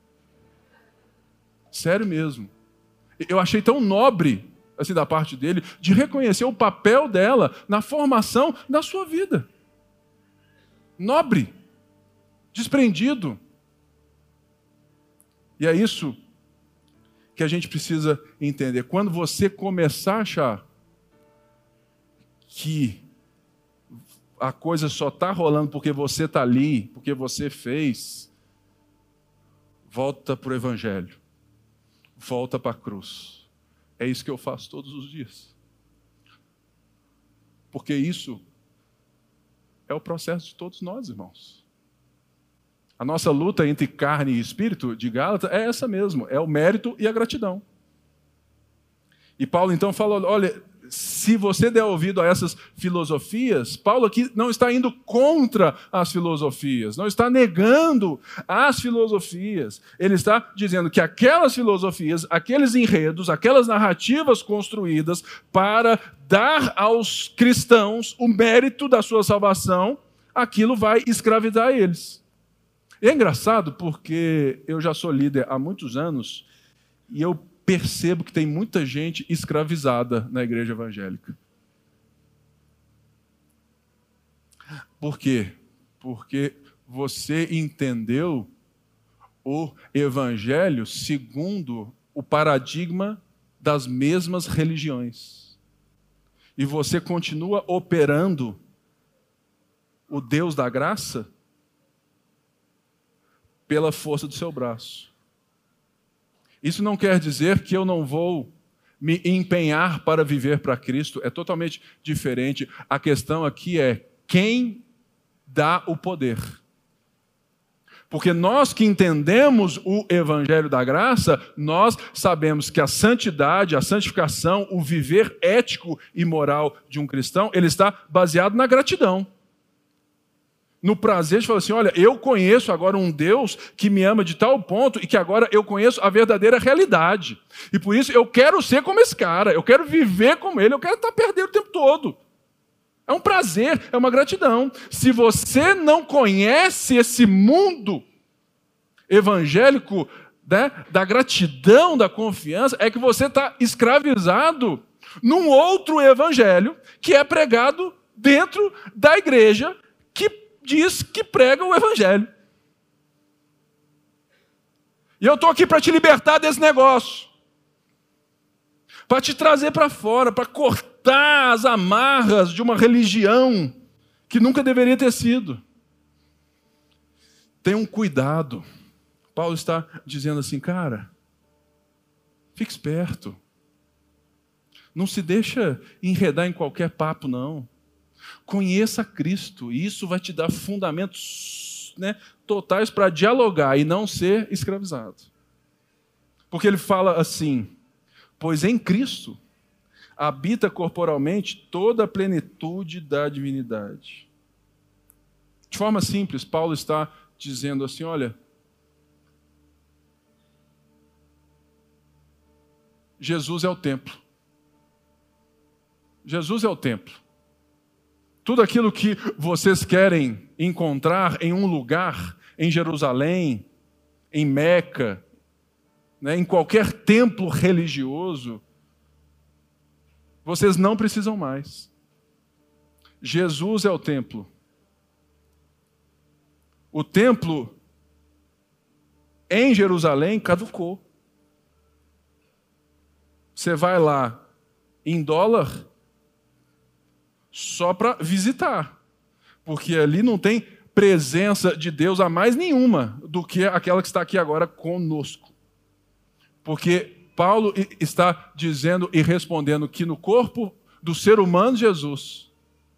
Sério mesmo. Eu achei tão nobre, assim, da parte dele, de reconhecer o papel dela na formação da sua vida. Nobre. desprendido. E é isso que a gente precisa entender. Quando você começar a achar que a coisa só está rolando porque você está ali, porque você fez, volta para o Evangelho. Volta para a cruz. É isso que eu faço todos os dias. Porque isso é o processo de todos nós, irmãos. A nossa luta entre carne e espírito de Gálatas é essa mesmo, é o mérito e a gratidão. E Paulo então falou, olha, se você der ouvido a essas filosofias, Paulo aqui não está indo contra as filosofias, não está negando as filosofias. Ele está dizendo que aquelas filosofias, aqueles enredos, aquelas narrativas construídas para dar aos cristãos o mérito da sua salvação, aquilo vai escravizar eles. E é engraçado porque eu já sou líder há muitos anos e eu percebo que tem muita gente escravizada na igreja evangélica. Por quê? Porque você entendeu o evangelho segundo o paradigma das mesmas religiões. E você continua operando o Deus da graça pela força do seu braço. Isso não quer dizer que eu não vou me empenhar para viver para Cristo. É totalmente diferente. A questão aqui é quem dá o poder. Porque nós que entendemos o Evangelho da Graça, nós sabemos que a santidade, a santificação, o viver ético e moral de um cristão, ele está baseado na gratidão. No prazer de falar assim, olha, eu conheço agora um Deus que me ama de tal ponto e que agora eu conheço a verdadeira realidade. E por isso eu quero ser como esse cara, eu quero viver como ele, eu quero estar perdendo o tempo todo. É um prazer, é uma gratidão. Se você não conhece esse mundo evangélico, né, da gratidão, da confiança, é que você está escravizado num outro evangelho que é pregado dentro da igreja que diz que prega o evangelho. E eu estou aqui para te libertar desse negócio. Para te trazer para fora, para cortar as amarras de uma religião que nunca deveria ter sido. Tenha um cuidado. Paulo está dizendo assim, cara, fique esperto. Não se deixa enredar em qualquer papo, não. Conheça Cristo, e isso vai te dar fundamentos, né, totais para dialogar e não ser escravizado. Porque ele fala assim, pois em Cristo habita corporalmente toda a plenitude da divinidade. De forma simples, Paulo está dizendo assim, olha, Jesus é o templo. Jesus é o templo. Tudo aquilo que vocês querem encontrar em um lugar, em Jerusalém, em Meca, né, em qualquer templo religioso, vocês não precisam mais. Jesus é o templo. O templo em Jerusalém caducou. Você vai lá em dólar só para visitar, porque ali não tem presença de Deus a mais nenhuma do que aquela que está aqui agora conosco. Porque Paulo está dizendo e respondendo que no corpo do ser humano Jesus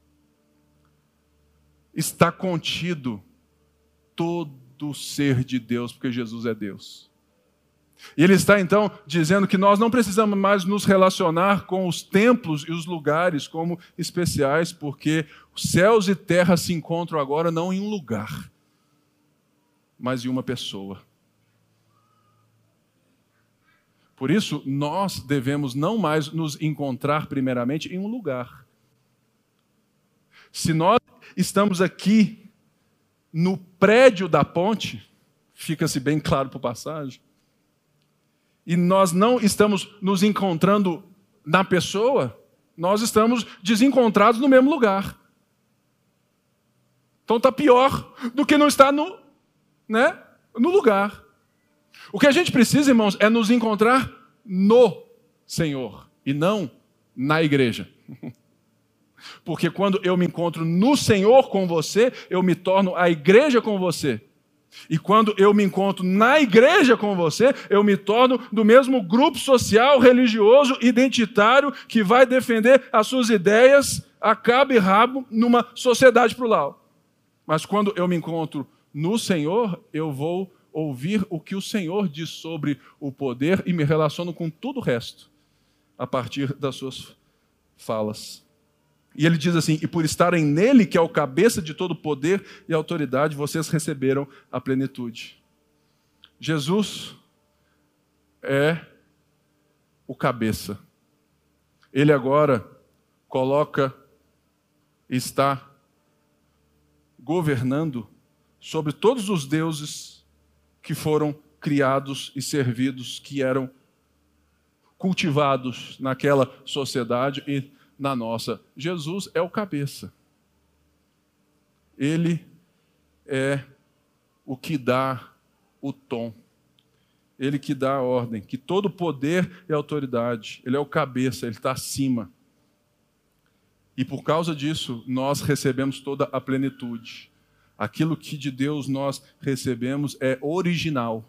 está contido todo o ser de Deus, porque Jesus é Deus. E ele está então dizendo que nós não precisamos mais nos relacionar com os templos e os lugares como especiais, porque os céus e terra se encontram agora não em um lugar, mas em uma pessoa. Por isso, nós devemos não mais nos encontrar primeiramente em um lugar. Se nós estamos aqui no prédio da ponte, fica-se bem claro por passagem, e nós não estamos nos encontrando na pessoa, nós estamos desencontrados no mesmo lugar. Então está pior do que não estar no né, no lugar. O que a gente precisa, irmãos, é nos encontrar no Senhor e não na igreja. Porque quando eu me encontro no Senhor com você, eu me torno a igreja com você. E quando eu me encontro na igreja com você, eu me torno do mesmo grupo social, religioso, identitário, que vai defender as suas ideias a cabo e rabo numa sociedade plural. Mas quando eu me encontro no Senhor, eu vou ouvir o que o Senhor diz sobre o poder e me relaciono com tudo o resto, a partir das suas falas. E ele diz assim: e por estarem nele, que é o cabeça de todo poder e autoridade, vocês receberam a plenitude. Jesus é o cabeça. Ele agora coloca, está governando sobre todos os deuses que foram criados e servidos, que eram cultivados naquela sociedade e na nossa. Jesus é o cabeça. Ele é o que dá o tom. Ele que dá a ordem, que todo poder e autoridade, ele é o cabeça, ele está acima. E por causa disso, nós recebemos toda a plenitude. Aquilo que de Deus nós recebemos é original.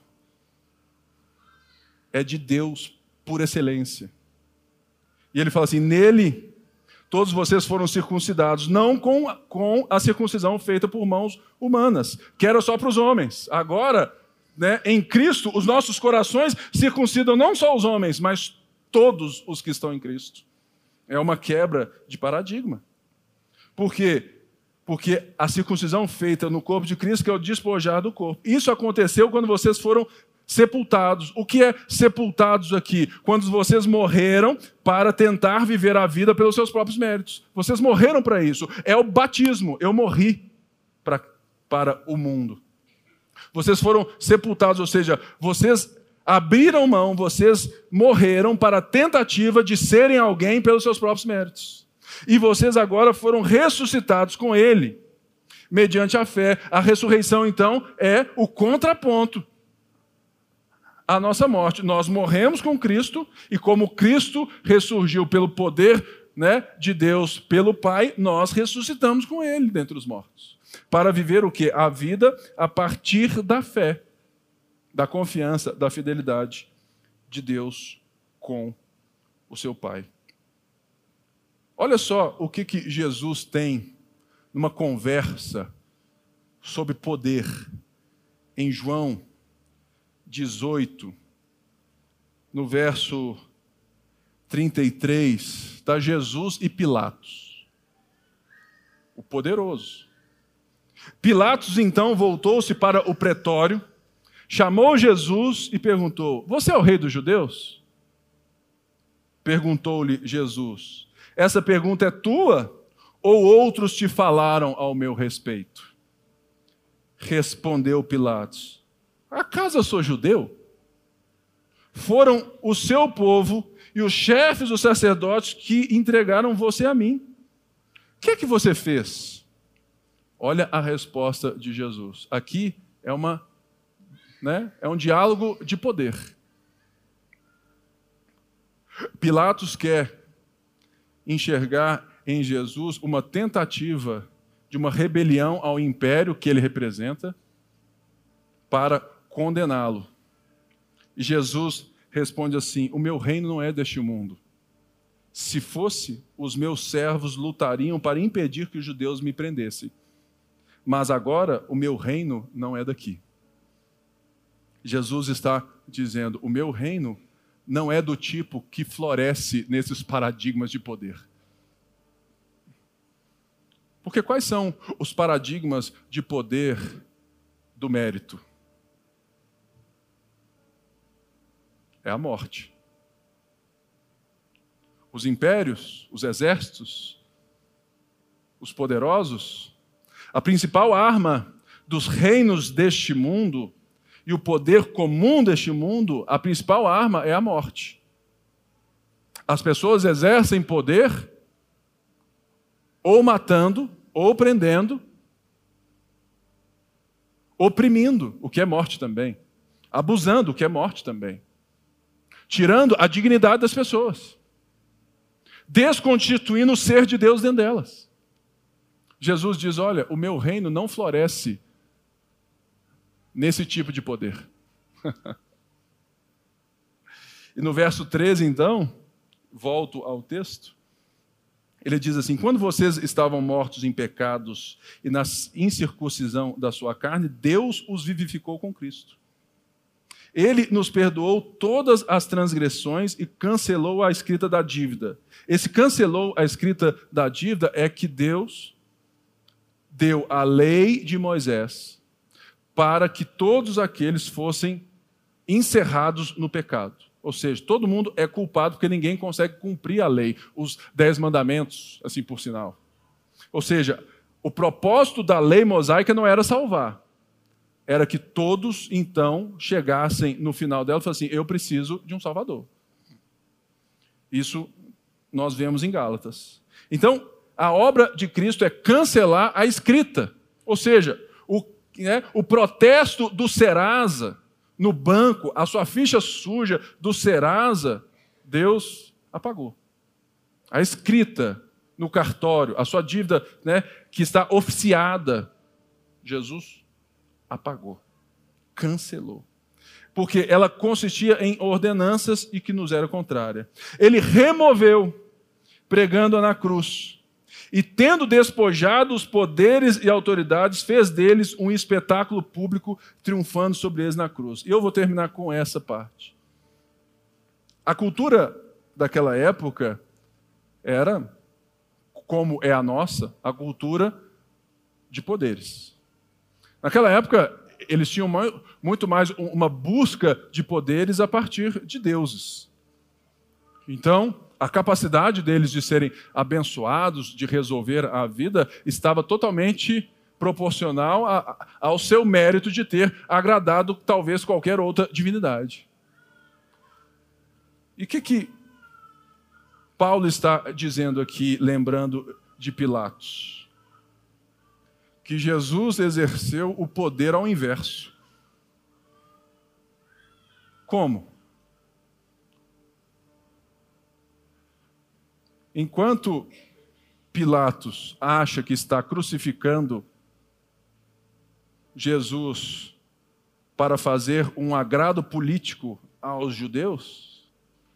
É de Deus por excelência. E ele fala assim: nele todos vocês foram circuncidados, não com, com a circuncisão feita por mãos humanas, que era só para os homens. Agora, né, em Cristo, os nossos corações circuncidam não só os homens, mas todos os que estão em Cristo. É uma quebra de paradigma. Por quê? Porque a circuncisão feita no corpo de Cristo, que é o despojar do corpo. Isso aconteceu quando vocês foram sepultados. O que é sepultados aqui? Quando vocês morreram para tentar viver a vida pelos seus próprios méritos. Vocês morreram para isso. É o batismo. Eu morri pra, para o mundo. Vocês foram sepultados, ou seja, vocês abriram mão, vocês morreram para a tentativa de serem alguém pelos seus próprios méritos. E vocês agora foram ressuscitados com Ele, mediante a fé. A ressurreição, então, é o contraponto à nossa morte. Nós morremos com Cristo, e como Cristo ressurgiu pelo poder, né, de Deus, pelo Pai, nós ressuscitamos com Ele dentre os mortos. Para viver o quê? A vida a partir da fé, da confiança, da fidelidade de Deus com o seu Pai. Olha só o que, que Jesus tem numa conversa sobre poder em João dezoito, no verso trinta e três, está Jesus e Pilatos, o poderoso. Pilatos então voltou-se para o pretório, chamou Jesus e perguntou: você é o rei dos judeus? Perguntou-lhe Jesus: essa pergunta é tua ou outros te falaram ao meu respeito? Respondeu Pilatos: acaso eu sou judeu? Foram o seu povo e os chefes dos sacerdotes que entregaram você a mim. O que é que você fez? Olha a resposta de Jesus. Aqui é uma, né, é um diálogo de poder. Pilatos quer enxergar em Jesus uma tentativa de uma rebelião ao império que ele representa para condená-lo. E Jesus responde assim: o meu reino não é deste mundo. Se fosse, os meus servos lutariam para impedir que os judeus me prendessem. Mas agora o meu reino não é daqui. Jesus está dizendo: o meu reino não é do tipo que floresce nesses paradigmas de poder. Porque quais são os paradigmas de poder do mérito? É a morte. Os impérios, os exércitos, os poderosos, a principal arma dos reinos deste mundo e o poder comum deste mundo, a principal arma é a morte. As pessoas exercem poder ou matando, ou prendendo, oprimindo, o que é morte também, abusando, o que é morte também, tirando a dignidade das pessoas, desconstituindo o ser de Deus dentro delas. Jesus diz, olha, o meu reino não floresce nesse tipo de poder. E no verso treze, então, volto ao texto, ele diz assim, quando vocês estavam mortos em pecados e na incircuncisão da sua carne, Deus os vivificou com Cristo. Ele nos perdoou todas as transgressões e cancelou a escrita da dívida. Esse cancelou a escrita da dívida é que Deus deu a lei de Moisés para que todos aqueles fossem encerrados no pecado. Ou seja, todo mundo é culpado porque ninguém consegue cumprir a lei, os dez mandamentos, assim por sinal. Ou seja, o propósito da lei mosaica não era salvar. Era que todos, então, chegassem no final dela e falassem assim, eu preciso de um Salvador. Isso nós vemos em Gálatas. Então, a obra de Cristo é cancelar a escrita. Ou seja, o, né, o protesto do Serasa no banco, a sua ficha suja do Serasa, Deus apagou. A escrita no cartório, a sua dívida, né, que está oficiada, Jesus apagou, cancelou. Porque ela consistia em ordenanças e que nos era contrária. Ele removeu, pregando-a na cruz. E tendo despojado os poderes e autoridades, fez deles um espetáculo público, triunfando sobre eles na cruz. E eu vou terminar com essa parte. A cultura daquela época era, como é a nossa, a cultura de poderes. Naquela época, eles tinham muito mais uma busca de poderes a partir de deuses. Então, a capacidade deles de serem abençoados, de resolver a vida, estava totalmente proporcional a, a, ao seu mérito de ter agradado talvez qualquer outra divindade. E o que, que Paulo está dizendo aqui, lembrando de Pilatos? Que Jesus exerceu o poder ao inverso. Como? Enquanto Pilatos acha que está crucificando Jesus para fazer um agrado político aos judeus,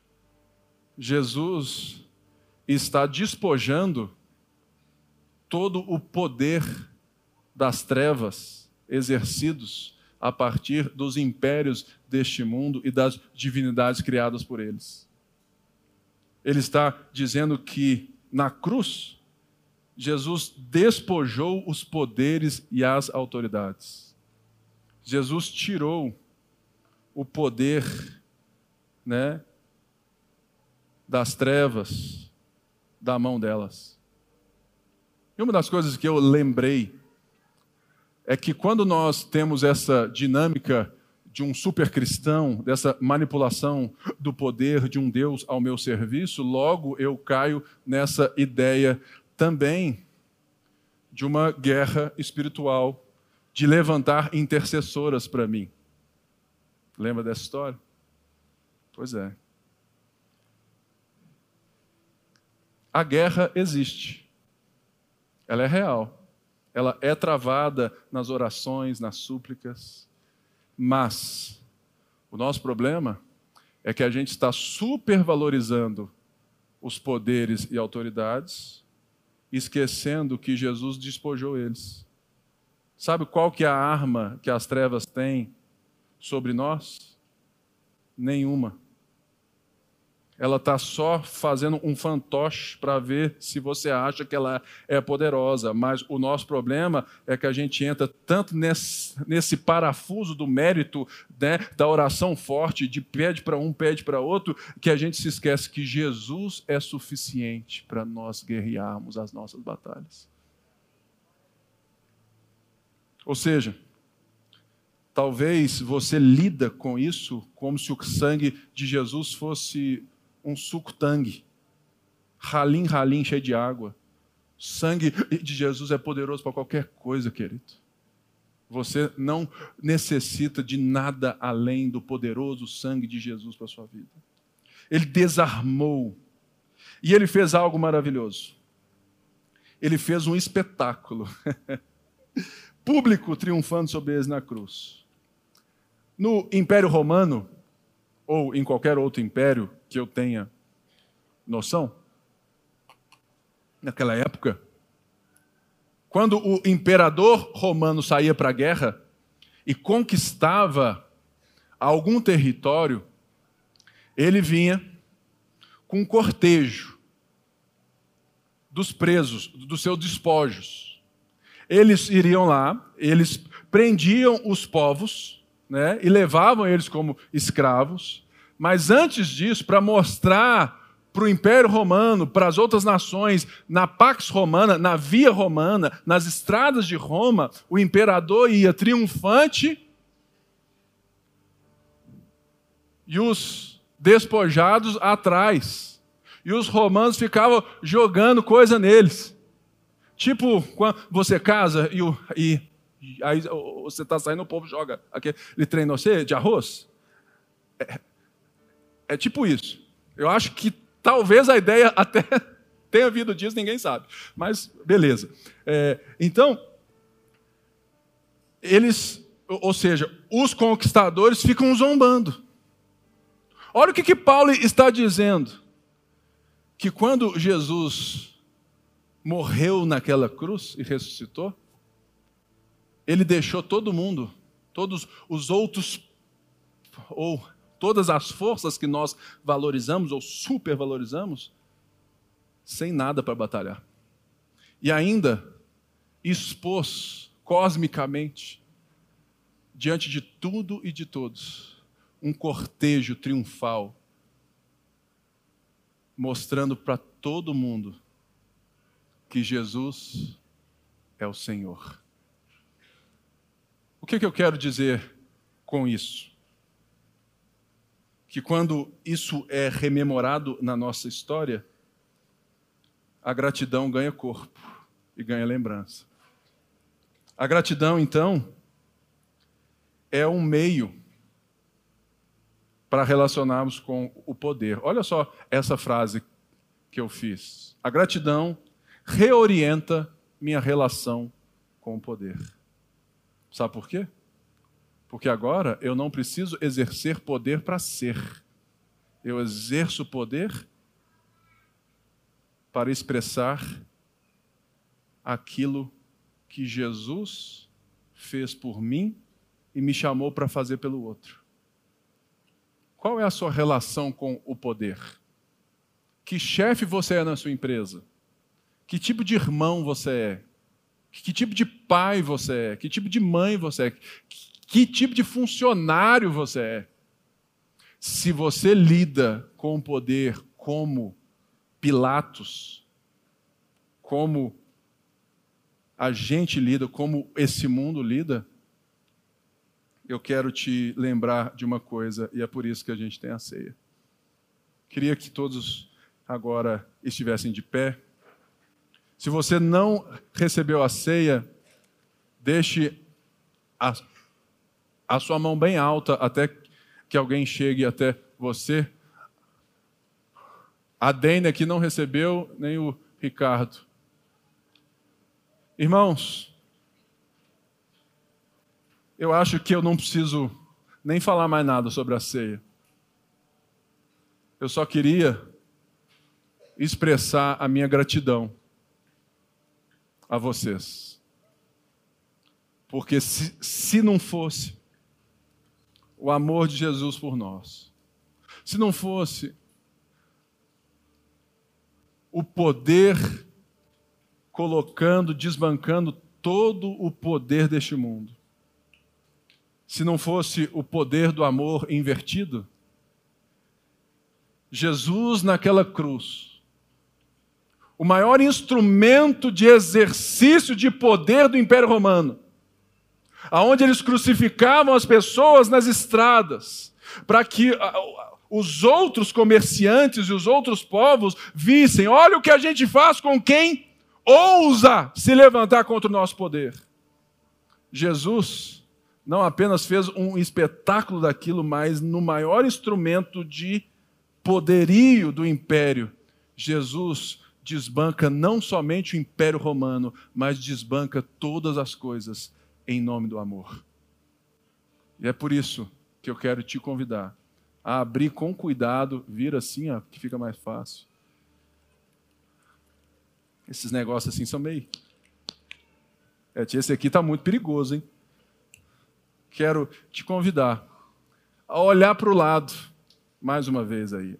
Jesus está despojando todo o poder das trevas exercidos a partir dos impérios deste mundo e das divindades criadas por eles. Ele está dizendo que, na cruz, Jesus despojou os poderes e as autoridades. Jesus tirou o poder, né, das trevas da mão delas. E uma das coisas que eu lembrei é que quando nós temos essa dinâmica de um supercristão, dessa manipulação do poder de um Deus ao meu serviço, logo eu caio nessa ideia também de uma guerra espiritual, de levantar intercessoras para mim. Lembra dessa história? Pois é. A guerra existe. Ela é real. Ela é travada nas orações, nas súplicas. Mas o nosso problema é que a gente está supervalorizando os poderes e autoridades, esquecendo que Jesus despojou eles. Sabe qual que é a arma que as trevas têm sobre nós? Nenhuma. Ela está só fazendo um fantoche para ver se você acha que ela é poderosa. Mas o nosso problema é que a gente entra tanto nesse, nesse parafuso do mérito, né, da oração forte, de pede para um, pede para outro, que a gente se esquece que Jesus é suficiente para nós guerrearmos as nossas batalhas. Ou seja, talvez você lida com isso como se o sangue de Jesus fosse um suco tangue, ralim, ralim, cheio de água. O sangue de Jesus é poderoso para qualquer coisa, querido. Você não necessita de nada além do poderoso sangue de Jesus para a sua vida. Ele desarmou. E ele fez algo maravilhoso. Ele fez um espetáculo. Público triunfando sobre eles na cruz. No Império Romano, ou em qualquer outro império que eu tenha noção, naquela época, quando o imperador romano saía para a guerra e conquistava algum território, ele vinha com um cortejo dos presos, dos seus despojos. Eles iriam lá, eles prendiam os povos, né, e levavam eles como escravos, mas antes disso, para mostrar para o Império Romano, para as outras nações, na Pax Romana, na Via Romana, nas estradas de Roma, o imperador ia triunfante e os despojados atrás. E os romanos ficavam jogando coisa neles. Tipo, quando você casa e, o, e aí você está saindo, o povo joga aquele trem no você de arroz. É, é tipo isso. Eu acho que talvez a ideia até tenha vindo disso, ninguém sabe. Mas, beleza. É, então, eles, ou seja, os conquistadores ficam zombando. Olha o que, que Paulo está dizendo. Que quando Jesus morreu naquela cruz e ressuscitou, ele deixou todo mundo, todos os outros, ou todas as forças que nós valorizamos ou supervalorizamos, sem nada para batalhar. E ainda expôs cosmicamente, diante de tudo e de todos, um cortejo triunfal, mostrando para todo mundo que Jesus é o Senhor. O que, que eu quero dizer com isso? Que quando isso é rememorado na nossa história, a gratidão ganha corpo e ganha lembrança. A gratidão, então, é um meio para relacionarmos com o poder. Olha só essa frase que eu fiz. A gratidão reorienta minha relação com o poder. Sabe por quê? Porque agora eu não preciso exercer poder para ser. Eu exerço poder para expressar aquilo que Jesus fez por mim e me chamou para fazer pelo outro. Qual é a sua relação com o poder? Que chefe você é na sua empresa? Que tipo de irmão você é? Que tipo de pai você é? Que tipo de mãe você é? Que tipo de funcionário você é? Se você lida com o poder como Pilatos, como a gente lida, como esse mundo lida, eu quero te lembrar de uma coisa, e é por isso que a gente tem a ceia. Queria que todos agora estivessem de pé. Se você não recebeu a ceia, deixe a, a sua mão bem alta até que alguém chegue até você. A Dênia aqui não recebeu, nem o Ricardo. Irmãos, eu acho que eu não preciso nem falar mais nada sobre a ceia. Eu só queria expressar a minha gratidão a vocês. Porque se, se não fosse o amor de Jesus por nós, se não fosse o poder colocando, desbancando todo o poder deste mundo, se não fosse o poder do amor invertido, Jesus naquela cruz, o maior instrumento de exercício de poder do Império Romano, aonde eles crucificavam as pessoas nas estradas, para que os outros comerciantes e os outros povos vissem, olha o que a gente faz com quem ousa se levantar contra o nosso poder. Jesus não apenas fez um espetáculo daquilo, mas no maior instrumento de poderio do império, Jesus desbanca não somente o Império Romano, mas desbanca todas as coisas em nome do amor. E é por isso que eu quero te convidar a abrir com cuidado, vira assim, ó, que fica mais fácil. Esses negócios assim são meio... É, esse aqui está muito perigoso, hein? Quero te convidar a olhar para o lado, mais uma vez aí.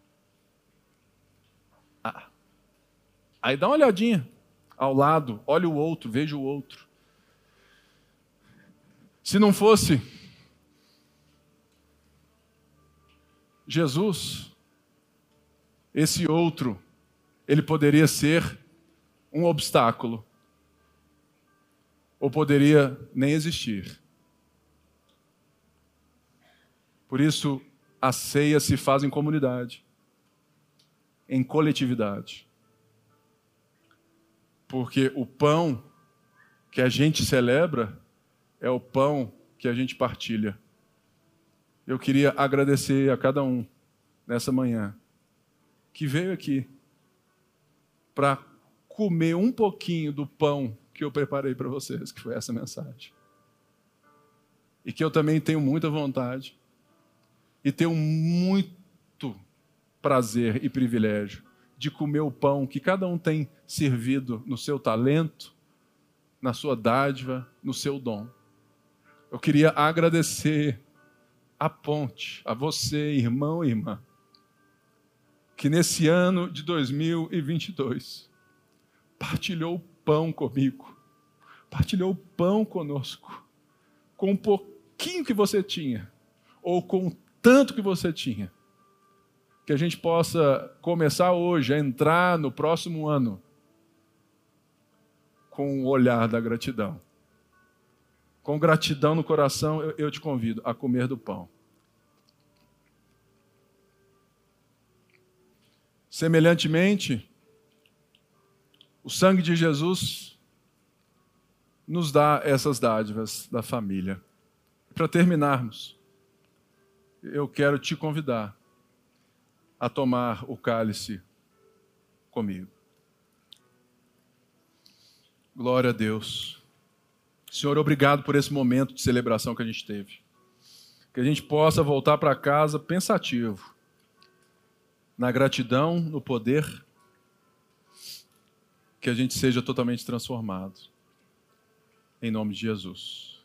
Ah. Aí dá uma olhadinha ao lado, olha o outro, veja o outro. Se não fosse Jesus, esse outro, ele poderia ser um obstáculo, ou poderia nem existir. Por isso, a ceia se faz em comunidade, em coletividade. Porque o pão que a gente celebra é o pão que a gente partilha. Eu queria agradecer a cada um nessa manhã que veio aqui para comer um pouquinho do pão que eu preparei para vocês, que foi essa mensagem. E que eu também tenho muita vontade e tenho muito prazer e privilégio de comer o pão que cada um tem servido no seu talento, na sua dádiva, no seu dom. Eu queria agradecer a ponte, a você, irmão e irmã, que nesse ano de dois mil e vinte e dois partilhou o pão comigo, partilhou o pão conosco, com um pouquinho que você tinha, ou com o tanto que você tinha, que a gente possa começar hoje a entrar no próximo ano com o olhar da gratidão. Com gratidão no coração, eu, eu te convido a comer do pão. Semelhantemente, o sangue de Jesus nos dá essas dádivas da família. Para terminarmos, eu quero te convidar a tomar o cálice comigo. Glória a Deus. Senhor, obrigado por esse momento de celebração que a gente teve. Que a gente possa voltar para casa pensativo, na gratidão, no poder, que a gente seja totalmente transformado. Em nome de Jesus.